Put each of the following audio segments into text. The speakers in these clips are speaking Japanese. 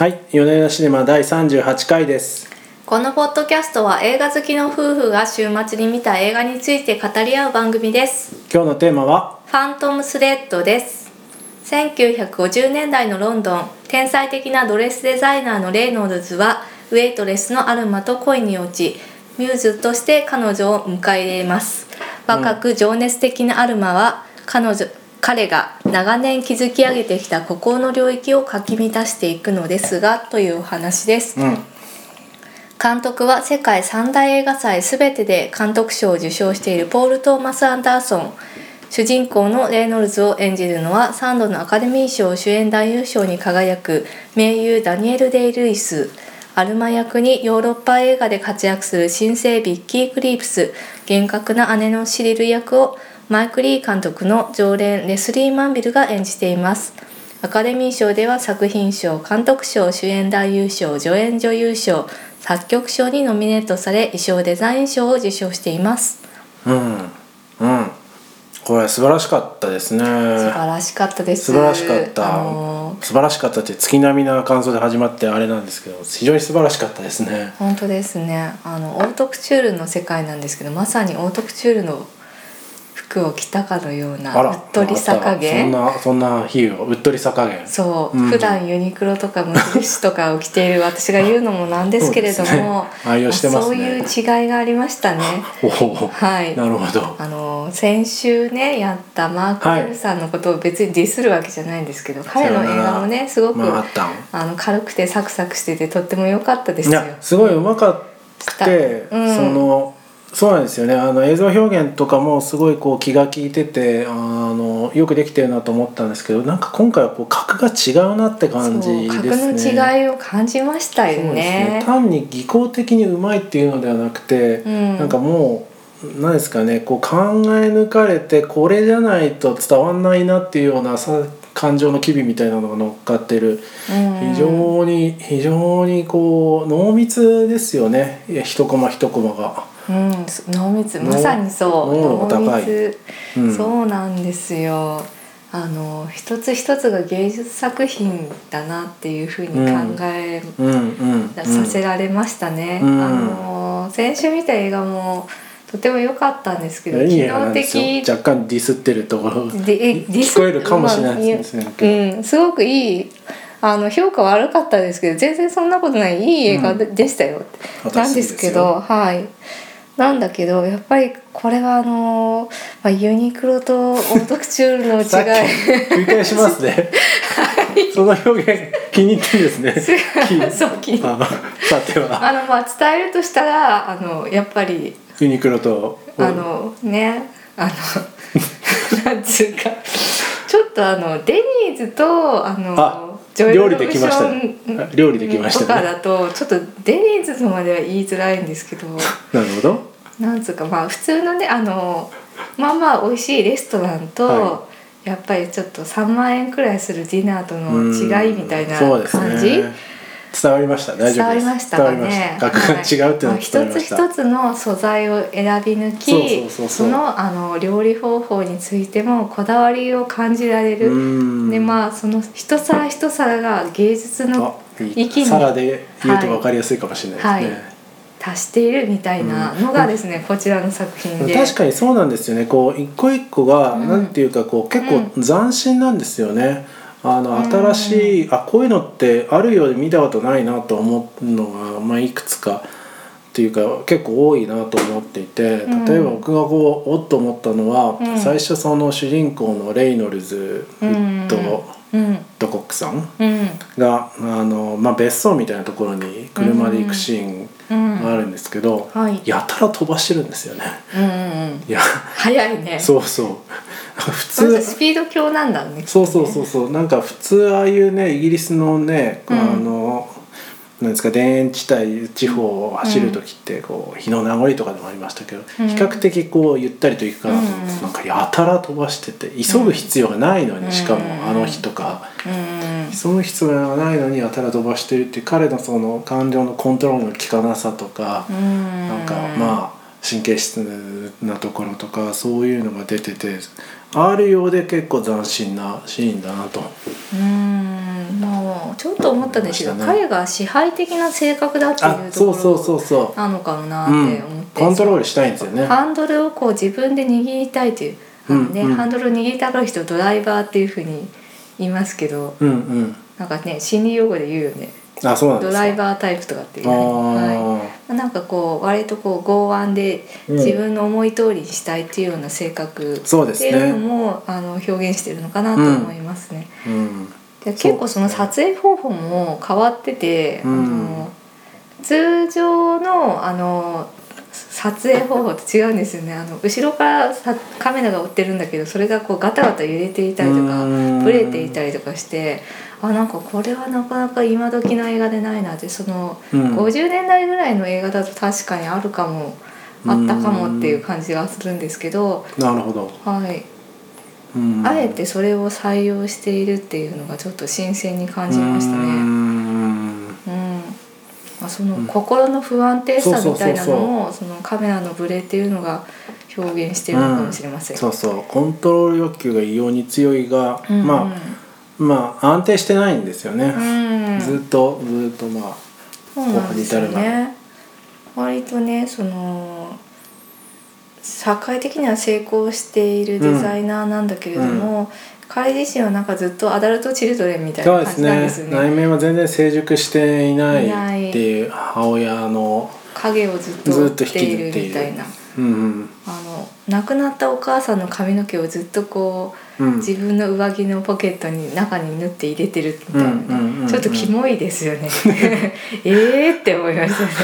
はい、米田シネマ第38回です。 このポッドキャストは映画好きの夫婦が週末に見た映画について語り合う番組です。 今日のテーマはファントムスレッドです。1950年代のロンドン、天才的なドレスデザイナーのレイノルズはウェイトレスのアルマと恋に落ち、ミューズとして彼女を迎え入れます。若く情熱的なアルマは彼が長年築き上げてきた孤高の領域をかき乱していくのですが、というお話です。監督は世界三大映画祭すべてで監督賞を受賞しているポール・トーマス・アンダーソン。主人公のレイノルズを演じるのは3度のアカデミー賞主演男優賞に輝く名優ダニエル・デイ・ルイス。アルマ役にヨーロッパ映画で活躍する新星ビッキー・クリープス。厳格な姉のシリル役をマイク・リー監督の常連レスリー・マンビルが演じています。アカデミー賞では作品賞、監督賞、主演男優賞、助演女優賞、作曲賞にノミネートされ、衣装デザイン賞を受賞しています。 これ素晴らしかったですね。素晴らしかったです。 素晴らしかった、素晴らしかったって月並みな感想で始まってあれなんですけど、非常に素晴らしかったですね。 本当ですね。オートクチュールの世界なんですけど、まさにオートクチュールの服を着たかのようなうっとりさ加減。 そんな比喩をうっとりさ加減。 そう、普段ユニクロとか無印とかを着ている私が言うのもなんですけれども、 愛用してますね。 そういう違いがありましたね。はい。 なるほど。 先週ねやったマーク・ウェルさんのことを別にディスるわけじゃないんですけど、彼の映画もねすごく軽くてサクサクしててとっても良かったですよ。 いやすごい上手かって、そうなんですよね。映像表現とかもすごいこう気が利いててよくできてるなと思ったんですけど、なんか今回はこう格が違うなって感じですね。 格の違いを感じましたよね。 そうですね。単に技巧的にうまいっていうのではなくて、なんかもう何ですかね、こう考え抜かれてこれじゃないと伝わんないなっていうような感情の機微みたいなのが乗っかってる、非常にこう濃密ですよね。一コマ一コマが。 濃密、まさにそう濃密、そうなんですよ。一つ一つが芸術作品だなっていうふうに考えさせられましたね。先週見た映画もとても良かったんですけど、機能的、 若干ディスってるところ聞こえるかもしれないですね。 すごくいい評価悪かったですけど、全然そんなことない、いい映画でしたよ、なんですけど、なんだけどやっぱりこれはユニクロとオートクチュールの違い繰り返しますね。その表現気に入ってるんですね。 そう気に入って。 さては伝えるとしたらやっぱりユニクロとなんつうかちょっとデニーズと料理できましたね。料理できましたね。 とかだとちょっとデニーズとまでは言いづらいんですけど。 なるほど。 なんつうか普通のねまあまあ美味しいレストランと、やっぱりちょっと3万円くらいするディナーとの違いみたいな感じ。 伝わりました。大丈夫です。 伝わりましたかね。 額が違うっていうのは伝わりました。 一つ一つの素材を選び抜き、その料理方法についてもこだわりを感じられる。でその一皿一皿が芸術の域に皿で言うと分かりやすいかもしれないですね。 達しているみたいなのがですね、こちらの作品で。 確かにそうなんですよね。こう一個一個がなんていうかこう結構斬新なんですよね。新しいこういうのってあるようで見たことないなと思うのが、いくつかっていうか結構多いなと思っていて、例えば僕がこうおっと思ったのは、最初その主人公のレイノルズとドコックさんが別荘みたいなところに車で行くシーンがあるんですけど、やたら飛ばしてるんですよね。 早いね。 そう普通スピード強なんだね。 そうなんか普通ああいうねイギリスのねなんですか田園地帯地方を走る時ってこう日の名残とかでもありましたけど、比較的こうゆったりと行くかなと思って、なんかやたら飛ばしてて急ぐ必要がないのに、しかもあの日とか急ぐ必要がないのにやたら飛ばしてるっていう彼のその感情のコントロールの効かなさとか、なんか神経質なところとかそういうのが出ててあるようで結構斬新なシーンだなと。 まあちょっと思ったんですけど、 ね、 彼が支配的な性格だっていうところなのかもなって思って、 コントロールしたいんですよね。 ハンドルをこう自分で握りたいという、ハンドルを握りたがる人をドライバーっていうふうに言いますけど、なんかね心理用語で言うよね。 あ、そうなんですか。 ドライバータイプとかっていう、はい、なんかこう割とこう剛腕で自分の思い通りにしたいっていうような性格っていうのも、表現してるのかなと思いますね。で結構その撮影方法も変わってて、通常の撮影方法と違うんですよね。後ろからカメラが追ってるんだけど、それがこうガタガタ揺れていたりとかブレていたりとかして、なんかこれはなかなか今時の映画でないなって、その50年代ぐらいの映画だと確かにあるかも、あったかもっていう感じがするんですけど、 なるほど、 はい、あえてそれを採用しているっていうのがちょっと新鮮に感じましたね。その心の不安定さみたいなのをそのカメラのブレっていうのが表現しているのかもしれません。 コントロール欲求が異様に強いが、まあ安定してないんですよね。ずっとまあそうなんですよね。割とね、その社会的には成功しているデザイナーなんだけれども、彼自身はなんかずっとアダルトチルドレンみたいな感じなんですよね。 内面は全然成熟していないっていう母親の影をずっと追っているみたいな。亡くなったお母さんの髪の毛をずっとこう、自分の上着のポケットに中に縫って入れてるみたいなね、ちょっとキモいですよね。って思いましたね。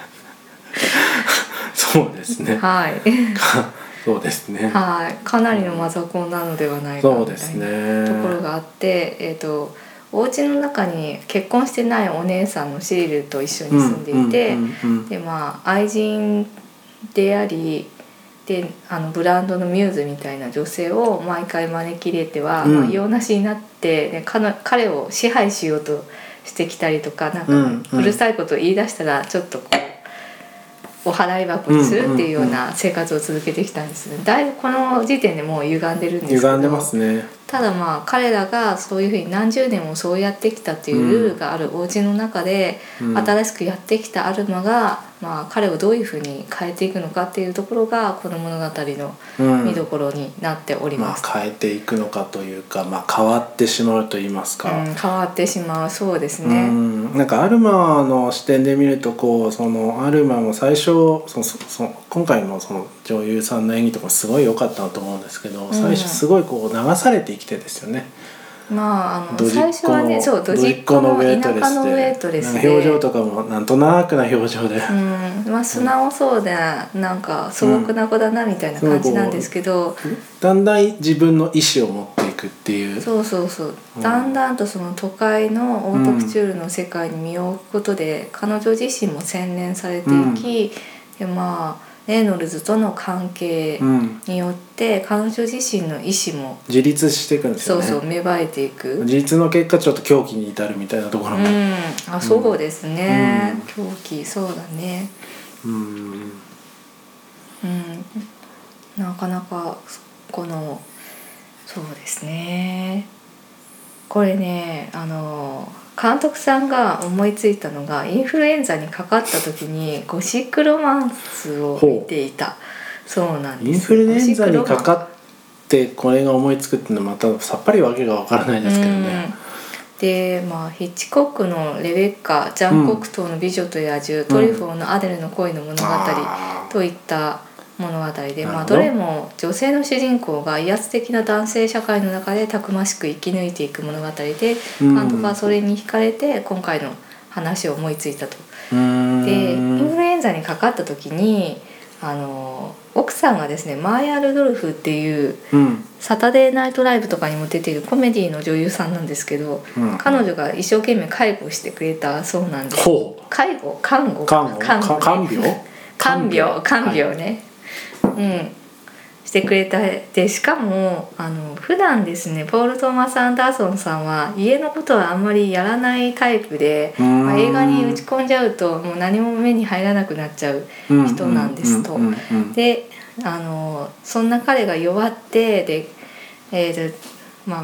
そうですね。 はい。 そうですね。 はい、かなりのマザコンなのではないかみたいなところがあって、お家の中に結婚してないお姉さんのシリルと一緒に住んでいて、でまあ愛人でありでブランドのミューズみたいな女性を毎回招き入れては、用なしになって、ね、彼を支配しようとしてきたりとか、なんかうるさいことを言い出したらちょっとこうお払い箱にするっていうような生活を続けてきたんですね。だいぶこの時点でもう歪んでるんですけど、 歪んでますね。 ただまあ彼らがそういうふうに何十年もそうやってきたっていうルールがあるお家の中で、新しくやってきたアルマが、まあ、彼をどういうふうに変えていくのかっていうところがこの物語の見どころになっております。 変えていくのかというか、変わってしまうと言いますか、 変わってしまう、そうですね。 なんかアルマの視点で見るとこう、そのアルマも最初今回のその女優さんの演技とかすごい良かったなと思うんですけど、最初すごいこう流されて生きてですよね。 最初はね、そうドジっ子の田舎のウェイトレスで、 表情とかもなんとなくな表情で、 素直そうでなんか素朴な子だなみたいな感じなんですけど、 だんだん自分の意思を持っていくっていう、 だんだんとその都会のオートクチュールの世界に身を置くことで、彼女自身も洗練されていき、でレイノルズとの関係によって彼女自身の意思も自立していくんですよね。 芽生えていく。 自立の結果ちょっと狂気に至るみたいなところも、 そうですね、狂気、そうだね。なかなかこのそうですね、これね監督さんが思いついたのが、インフルエンザにかかった時にゴシックロマンスを見ていたそうなんです。 インフルエンザにかかってこれが思いつくっていうのはまたさっぱりわけがわからないですけどね。 でヒッチコックのレベッカ、ジャン・コクトーの美女と野獣、トリュフォーのアデルの恋の物語といった物語で、どれも女性の主人公が威圧的な男性社会の中でたくましく生き抜いていく物語で、監督はそれに惹かれて今回の話を思いついたと。でインフルエンザにかかった時に奥さんがですね、マーヤ・ルドルフっていう、サタデーナイトライブとかにも出ているコメディの女優さんなんですけど、彼女が一生懸命介護してくれたそうなんです。看病ね、してくれた。でしかも普段ですね、ポール・トーマス・アンダーソンさんは家のことはあんまりやらないタイプで、映画に打ち込んじゃうともう何も目に入らなくなっちゃう人なんですと。でそんな彼が弱ってで、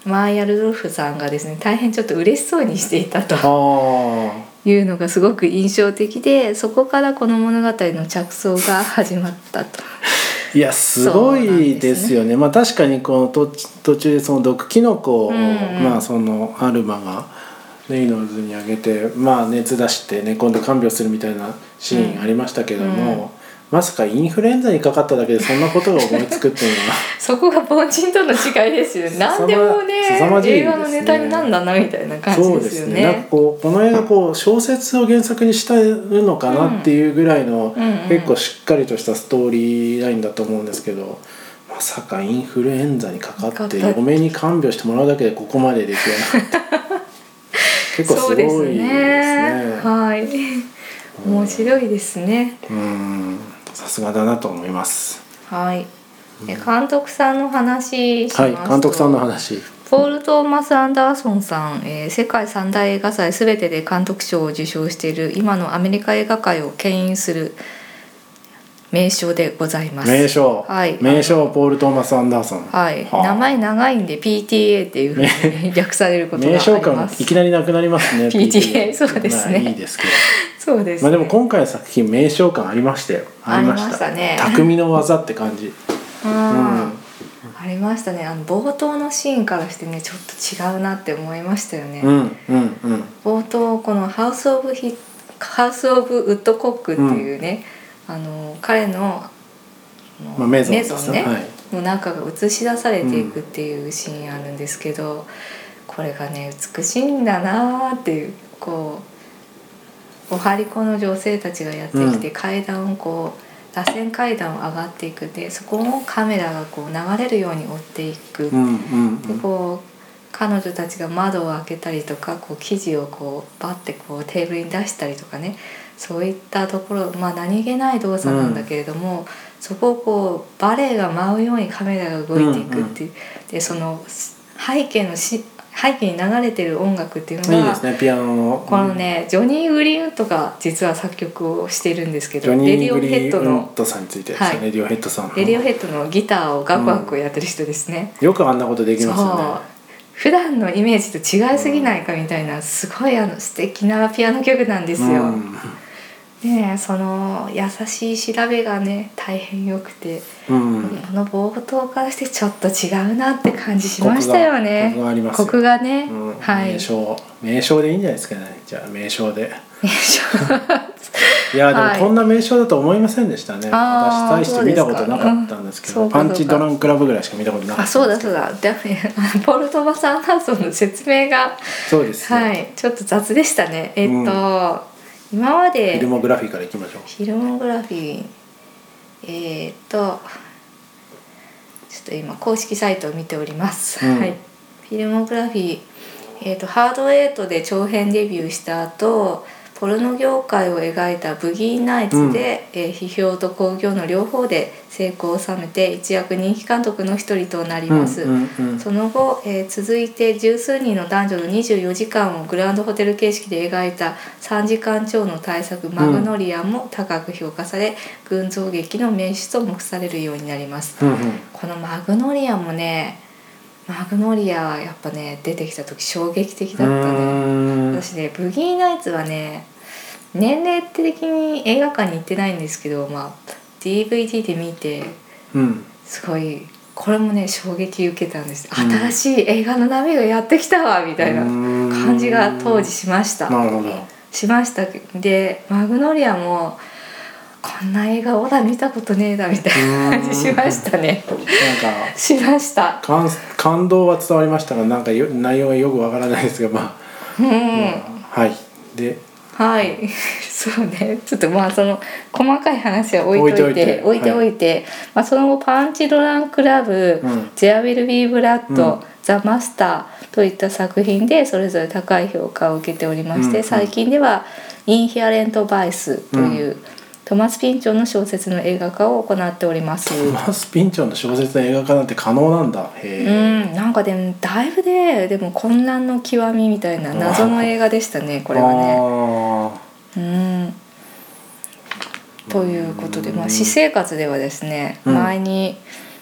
マーヤ・ルドルフさんがですね大変ちょっと嬉しそうにしていたとあいうのがすごく印象的で、そこからこの物語の着想が始まったと。 いやすごいですよね。まあ確かにこの途中でその毒キノコを、まあそのアルマがレイノルズにあげて、まあ熱出してね今度看病するみたいなシーンありましたけども、まさかインフルエンザにかかっただけでそんなことが思いつくっていうのはそこが凡人との違いですよね。何でもね凄まじいですね。 映画のネタになんだなみたいな感じですよね。 そうですね。なんかこの映画小説を原作にしてるのかなっていうぐらいの、結構しっかりとしたストーリーラインだと思うんですけど、まさかインフルエンザにかかって嫁に看病してもらうだけでここまでできるなんて結構すごいですね。 はい。面白いですね。 さすがだなと思います。 はい。監督さんの話しますと、 はい、監督さんの話。 ポール・トーマス・アンダーソンさん、世界三大映画祭すべてで監督賞を受賞している今のアメリカ映画界を牽引する名将でございます。 名将、 はい、 名将ポール・トーマス・アンダーソン。 はい、名前長いんで PTA っていうふうに略されることがあります。 名将感いきなりなくなりますね。 PTA そうですね。 まあいいですけど。 そうですね。 まあでも今回の作品名将感ありましたよ。 ありましたね。 匠の技って感じ。 ありましたね。冒頭のシーンからしてねちょっと違うなって思いましたよね。冒頭このハウス・オブ・ウッドコックっていうね、彼のメゾンね、の中が映し出されていくっていうシーンあるんですけど、これがね美しいんだなっていう、お張り子の女性たちがやってきて階段を螺旋階段を上がっていくで、そこをカメラが流れるように追っていく、で彼女たちが窓を開けたりとか生地をバッてテーブルに出したりとかね、そういったところ、何気ない動作なんだけれども、そこをバレエが舞うようにカメラが動いていくっていう、でその背景に流れてる音楽っていうのがいいですね。ピアノのこのね、ジョニー・グリーンウッドが実は作曲をしているんですけど、 レディオヘッドのさんについてですね、レディオヘッドさん、 レディオヘッドのギターをガクガクやってる人ですね。 よくあんなことできますよね。 普段のイメージと違いすぎないかみたいな、すごい素敵なピアノ曲なんですよ。ね、その優しい調べがね大変よくて、この冒頭からしてちょっと違うなって感じしましたよね。 コクがありますよ。 コクがね、はい。 名称でいいんじゃないですかね。じゃあ名称で。いやでもこんな名称だと思いませんでしたね。私大して見たことなかったんですけど、パンチドランクラブぐらいしか見たことなかったんですけど。 そうだポール・トーマス・アンダーソンの説明がそうです、 はい、ちょっと雑でしたね。今までフィルモグラフィーからいきましょう。 フィルモグラフィーちょっと今公式サイトを見ております、はい。フィルモグラフィー、ハード8で長編デビューした後、ポルノ業界を描いたブギーナイツで、批評と興行の両方で成功を収めて一躍人気監督の一人となります。その後、続いて十数人の男女の24時間をグランドホテル形式で描いた3時間超の大作マグノリアも高く評価され、群像劇の名手と目されるようになります。このマグノリアもね、マグノリアはやっぱね出てきた時衝撃的だったね。私ねブギーナイツはね年齢的に映画館に行ってないんですけど、DVD で見て、すごいこれもね衝撃受けたんです。新しい映画の波がやってきたわみたいな感じが当時しました。 なるほど。 しました。でマグノリアもこんな映画オダ見たことねえだみたいな感じしましたね。なんかしました。 感動は伝わりましたが、なんか内容がよくわからないですが、はいで。 はい、そうね。ちょっとその細かい話は置いておいて、その後パンチドランクラブ、There Will Be Blood、ザ・マスターといった作品でそれぞれ高い評価を受けておりまして、最近ではインヒアレント・バイスという、トマス・ピンチョンの小説の映画化を行っております。 トマス・ピンチョンの小説の映画化なんて可能なんだ。 なんかでもだいぶでも混乱の極みみたいな謎の映画でしたね、これはね。ということで、私生活ではですね、前に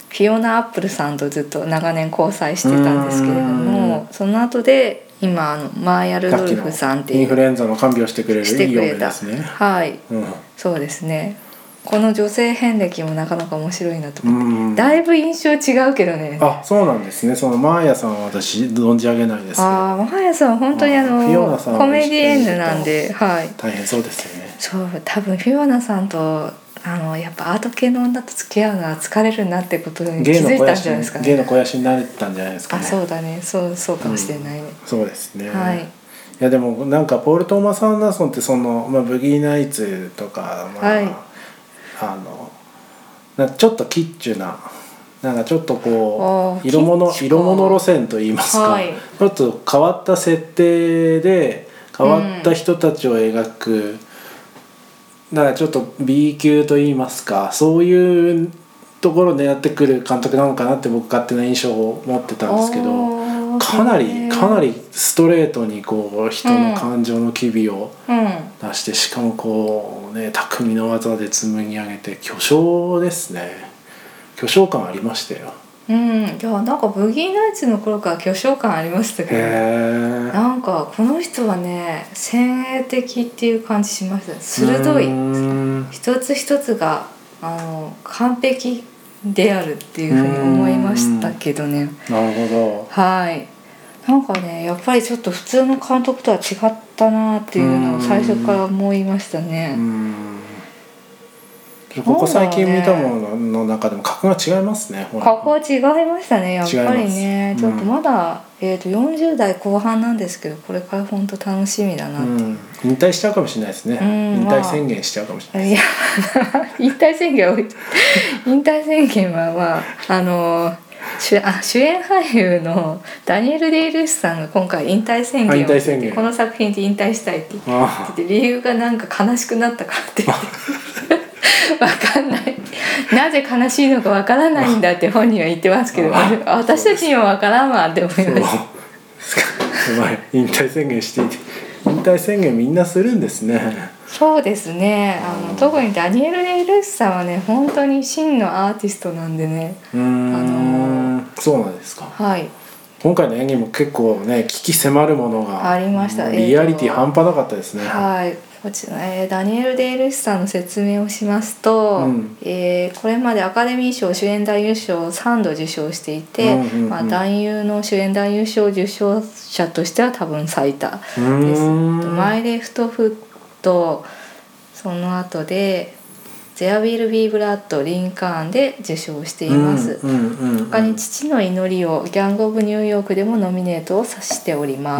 フィオナ・アップルさんとずっと長年交際してたんですけれども、その後で今マーヤ・ルドルフさんっていうインフルエンザの看病してくれるいい嫁ですね。 はい、そうですね。この女性遍歴もなかなか面白いなと思って、だいぶ印象違うけどね。 あ、そうなんですね。そのマーヤさんは私存じ上げないですけど。 マーヤさんは本当にコメディエンヌなんで、はい、 大変そうですよね。 そう、多分フィオナさんとやっぱアート系の女と付き合うのは疲れるなってことに気づいたんじゃないですかね。 芸の肥やしになれたんじゃないですかね。 そうだね、そうかもしれないね。 そうですね。 はい。 いやでもなんかポール・トーマス・アンダーソンってブギー・ナイツとか、はい、ちょっとキッチュな、なんかちょっとこう色物路線といいますか、はい、ちょっと変わった設定で変わった人たちを描く、だからちょっと B 級といいますか、そういうところでやってくる監督なのかなって僕勝手な印象を持ってたんですけど、かなりストレートにこう人の感情の機微を出して、しかもこうね、匠の技で紡ぎ上げて巨匠ですね。巨匠感ありましたよ。 いやなんかブギーナイツの頃から巨匠感ありましたけど、なんかこの人はね先鋭的っていう感じしました。鋭い、一つ一つが完璧であるっていうふうに思いましたけどね。 なるほど。 はい。なんかねやっぱりちょっと普通の監督とは違ったなっていうのを最初から思いましたね。 ここ最近見たものの中でも格が違いますね。 格は違いましたね、やっぱりね。ちょっとまだ、40代後半なんですけど、これから本当楽しみだなって。 引退しちゃうかもしれないですね。引退宣言しちゃうかもしれないです。 いや引退宣言は主演俳優のダニエル・デイ・ルイスさんが今回引退宣言をしてこの作品で引退したいって言って理由がなんか悲しくなったからって言って分かんない、なぜ悲しいのか分からないんだって本人は言ってますけど、私たちにも分からんわって思いました。 引退宣言していて、引退宣言みんなするんですね。 そうですね。特にダニエル・デイ・ルイスさんはね本当に真のアーティストなんでね。 そうなんですか。 はい。 今回の演技も結構ね危機迫るものがありました。 リアリティ半端なかったですね。 はい。こちら、ダニエル・デイ・ルイスさんの説明をしますと、これまでアカデミー賞主演男優賞を3度受賞していて、男優の主演男優賞受賞者としては多分最多です。マイ・レフト・フット、その後でThere Will Be Blood、リンカーンで受賞しています。他に父の祈りをギャング・オブ・ニューヨークでもノミネートをさしております。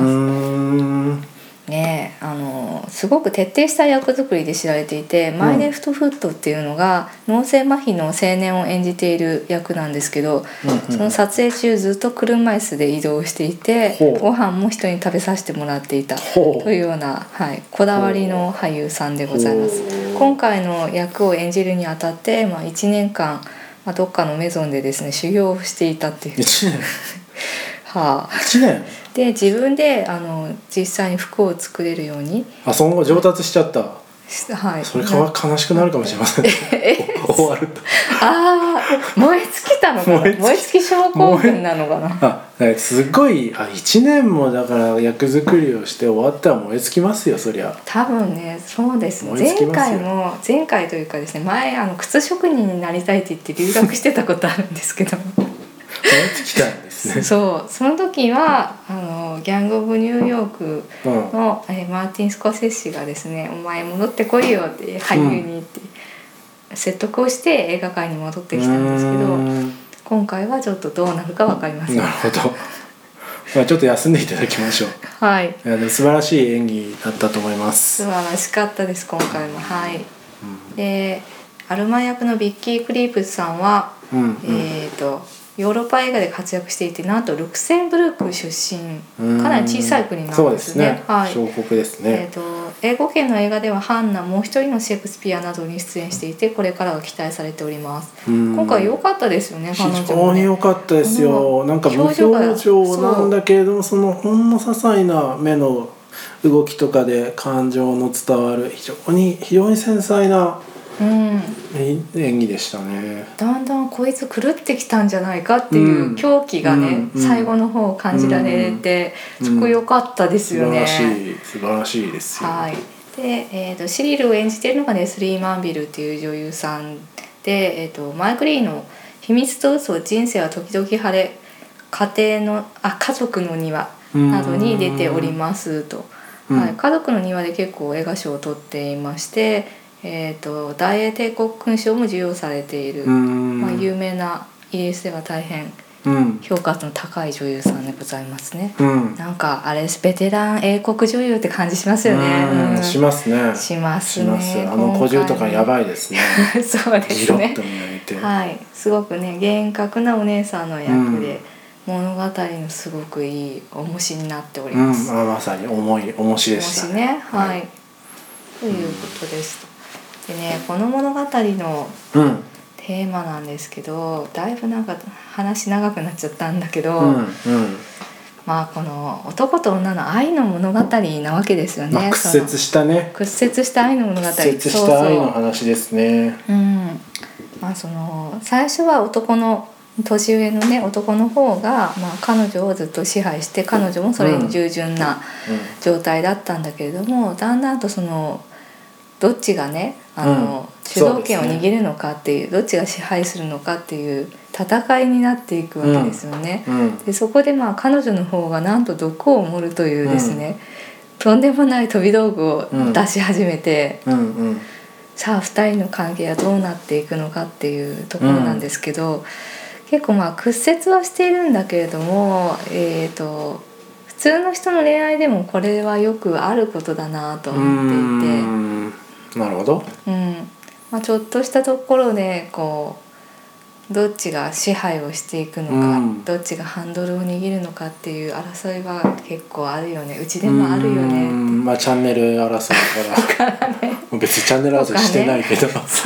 ね、すごく徹底した役作りで知られていて、マイ・レフト・フットっていうのが脳性麻痺の青年を演じている役なんですけど、その撮影中ずっと車椅子で移動していて、ご飯も人に食べさせてもらっていたというような、こだわりの俳優さんでございます。今回の役を演じるにあたって、1年間、どっかのメゾンでですね修行をしていたっていう。 1年 1年で自分で実際に服を作れるようにその後上達しちゃった。はい、それ悲しくなるかもしれません。終わると燃え尽きたのかな。燃え尽き症候群なのかな。 すごい1年もだから役作りをして終わったら燃え尽きますよ、そりゃ。 多分ね、そうですね。前回というかですね、前靴職人になりたいって言って留学してたことあるんですけど燃え尽きたんですね。 その時はギャング・オブ・ニューヨークの、マーティン・スコセッシがですね、お前戻ってこいよって俳優にって説得をして映画界に戻ってきたんですけど、今回はちょっとどうなるか分かりません。 なるほど。ちょっと休んでいただきましょう。 はい。 素晴らしい演技だったと思います。 素晴らしかったです今回も。はい。で、アルマ役のビッキー・クリープスさんは、ヨーロッパ映画で活躍していて、なんとルクセンブルク出身、かなり小さい国なんですね。 そうですね。小国ですね。 英語圏の映画ではハンナ、もう一人のシェイクスピアなどに出演していて、これからが期待されております。今回良かったですよね、彼女もね。 非常に良かったですよ。なんか無表情なんだけれども、そのほんの些細な目の動きとかで感情の伝わる非常に繊細ないい演技でしたね。 だんだんこいつ狂ってきたんじゃないかっていう狂気がね、最後の方感じられて、そこ良かったですよね。 素晴らしいですよ。 はい。で、シリルを演じているのがレスリー・マンビルっていう女優さんで、マイク・リーの「秘密と嘘人生は時々晴れ家族の庭」などに出ておりますと、はい、家族の庭で結構映画賞を取っていまして、大英帝国勲章も授与されている、有名なイギリスでは大変評価の高い女優さんでございますね。なんかあれですベテラン英国女優って感じしますよね。 しますね。 しますね。 小銃とかやばいですね。 そうですね。 ジロッと見られて。 はい、すごくね厳格なお姉さんの役で、物語のすごくいい重しになっております。 まさに重しでしたね。はい。ということです。でねこの物語のテーマなんですけど、だいぶなんか話長くなっちゃったんだけど、まあこの男と女の愛の物語なわけですよね。 屈折したね。 屈折した愛の物語。 屈折した愛の話ですね。 まあ最初は年上のね男の方が、彼女をずっと支配して彼女もそれに従順な状態だったんだけれども、だんだんとどっちがね主導権を握るのかっていう、どっちが支配するのかっていう戦いになっていくわけですよね。でそこで彼女の方がなんと毒を盛るというですね、とんでもない飛び道具を出し始めて、さあ2人の関係はどうなっていくのかっていうところなんですけど、結構屈折はしているんだけれども、普通の人の恋愛でもこれはよくあることだなと思っていて、 なるほど。 ちょっとしたところでどっちが支配をしていくのか、どっちがハンドルを握るのかっていう争いは結構あるよね。うちでもあるよねって。 チャンネル争いからね、別にチャンネル争いしてないけど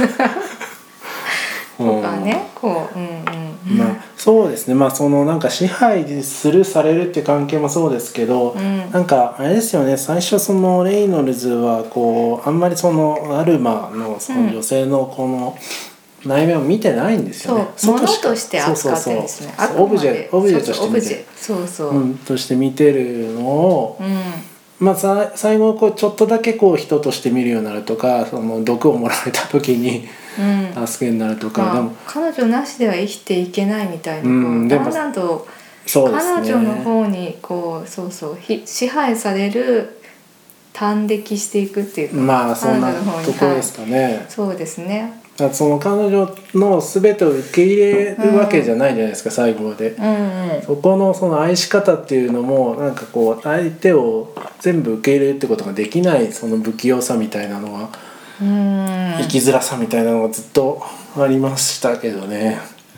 とかね、 そうですね。なんか支配するされるっていう関係もそうですけど、なんかあれですよね。最初レイノルズはあんまりアルマの女性の内面を見てないんですよね。 物として扱ってるんですね。 オブジェとして見てる。として見てるのを、最後ちょっとだけ人として見るようになるとか、毒をもらえた時に助けになるとか、でも彼女なしでは生きていけないみたいな、だんだんと彼女の方に支配される端的していくっていうか、 そんなところですかね。 そうですね。 彼女の全てを受け入れるわけじゃないじゃないですか、最後まで。そこの愛し方っていうのもなんか相手を全部受け入れるってことができない不器用さみたいなのは、生きづらさみたいなのがずっとありましたけどね。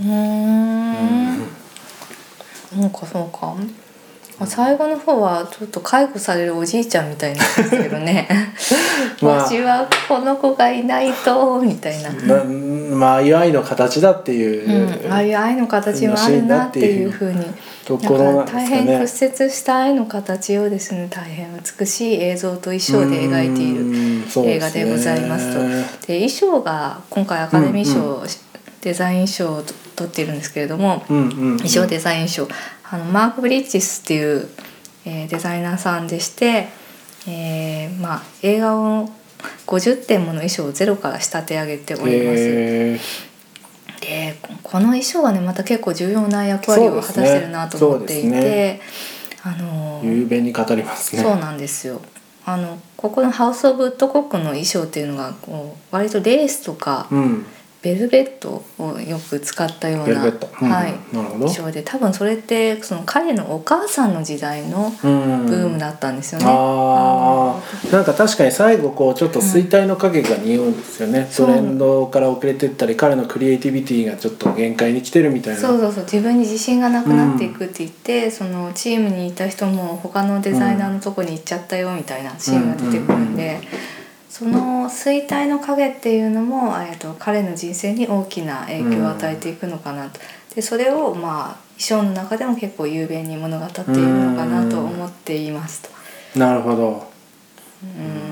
そうか。最後の方はちょっと介護されるおじいちゃんみたいなんですけどねわしはこの子がいないとみたいな、 ああいう愛の形だっていう、 ああいう愛の形もあるなっていうふうに、大変屈折した愛の形をですね、大変美しい映像と衣装で描いている映画でございますと。で衣装が今回アカデミー賞、デザイン賞を取っているんですけれども、衣装デザイン賞マーク・ブリッジスっていう、デザイナーさんでして、映画を50点もの衣装をゼロから仕立て上げております。でこの衣装はねまた結構重要な役割を果たしてるなと思っていて、 雄弁に語りますね。 そうなんですよ。ここのハウス・オブ・ウッドコックの衣装っていうのが割とレースとか、ベルベットをよく使ったような、衣装で、多分それって彼のお母さんの時代のブームだったんですよね。 なんか確かに最後ちょっと衰退の影が匂うんですよね。トレンドから遅れてったり、彼のクリエイティビティがちょっと限界に来てるみたいな。そう自分に自信がなくなっていくって言って、チームにいた人も他のデザイナーのとこに行っちゃったよみたいなシーンが出てくるんで、その衰退の影っていうのも、彼の人生に大きな影響を与えていくのかなと。でそれを衣装の中でも結構雄弁に物語っているのかなと思っていますと。 なるほど。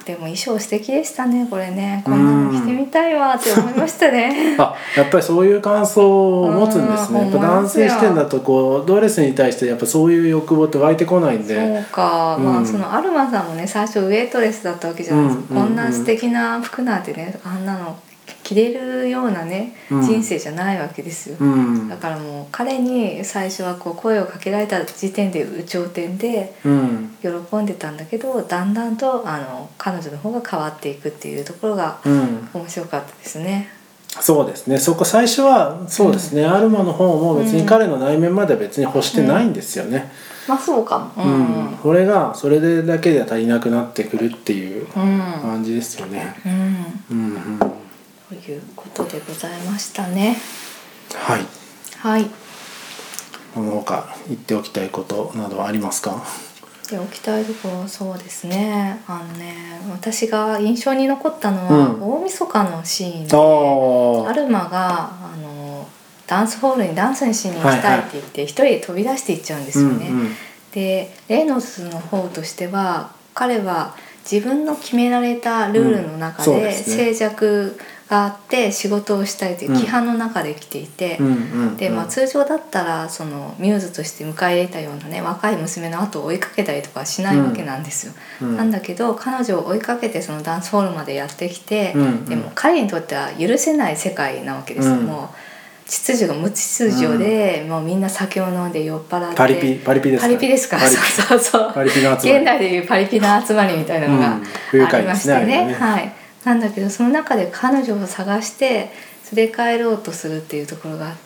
でも衣装素敵でしたねこれね。こんなの着てみたいわって思いましたね。 あ、やっぱりそういう感想を持つんですね。やっぱ男性視点だとこうドレスに対してやっぱそういう欲望って湧いてこないんで。 そうか、まあそのアルマさんもね最初ウェイトレスだったわけじゃないですか、こんな素敵な服なんてねあんなの着れるようなね人生じゃないわけですよ、だからもう彼に最初はこう声をかけられた時点で有頂天で喜んでたんだけど、だんだんと彼女の方が変わっていくっていうところが面白かったですね。 そうですね。そこ最初はそうですね、アルマの方も別に彼の内面までは別に欲してないんですよね。 まあそうかも、 これがそれでだけでは足りなくなってくるっていう感じですよね。 ということでございましたね。 はい。 はい。 この他言っておきたいことなどありますか？ 言っておきたいところ、そうですね。私が印象に残ったのは、大晦日のシーンで、アルマがダンスホールにダンスにしに行きたいって言って一人で飛び出していっちゃうんですよね。で、レイノルズの方としては彼は自分の決められたルールの中で静寂があって仕事をしたいという規範の中で生きていて、で、通常だったらそのミューズとして迎え入れたようなね若い娘の後を追いかけたりとかしないわけなんですよ、なんだけど彼女を追いかけてそのダンスホールまでやってきて、でも彼にとっては許せない世界なわけですよ、もう秩序が無秩序で、もうみんな酒を飲んで酔っ払ってパリピですか？パリピですか？そうパリピの集まり、現代でいうパリピの集まりみたいなのがありましてね、はい。なんだけどその中で彼女を探して連れ帰ろうとするっていうところがあって、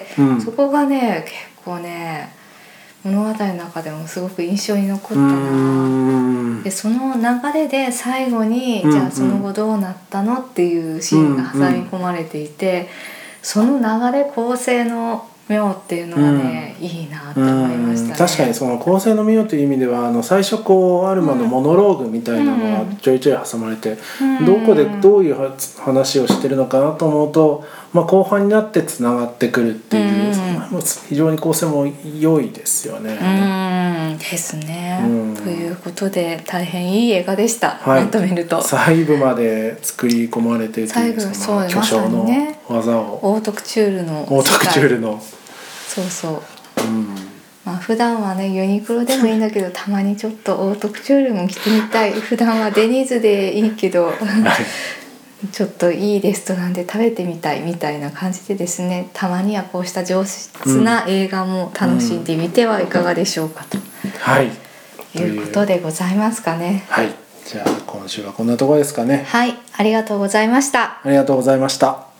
そこがね結構ね物語の中でもすごく印象に残ったな。でその流れで最後に、じゃあその後どうなったのっていうシーンが挟み込まれていて、その流れ構成の妙っていうのがね、いいなって思いましたね。 確かにその構成の妙という意味では最初こうアルマのモノローグみたいなのがちょいちょい挟まれて、どこでどういう話をしてるのかなと思うと、後半になってつながってくるっていう、非常に構成も良いですよね。 ですね。ということで大変いい映画でした、まとめると。 細部まで作り込まれているというその巨匠の技を、 オートクチュールのそうそう、普段はねユニクロでもいいんだけどたまにちょっとオートクチュールも着てみたい。普段はデニーズでいいけどちょっといいレストランで食べてみたいみたいな感じでですね、たまにはこうした上質な映画も楽しんでみてはいかがでしょうかと、いうことでございますかね。 はい、じゃあ今週はこんなところですかね。 はい、ありがとうございました。 ありがとうございました。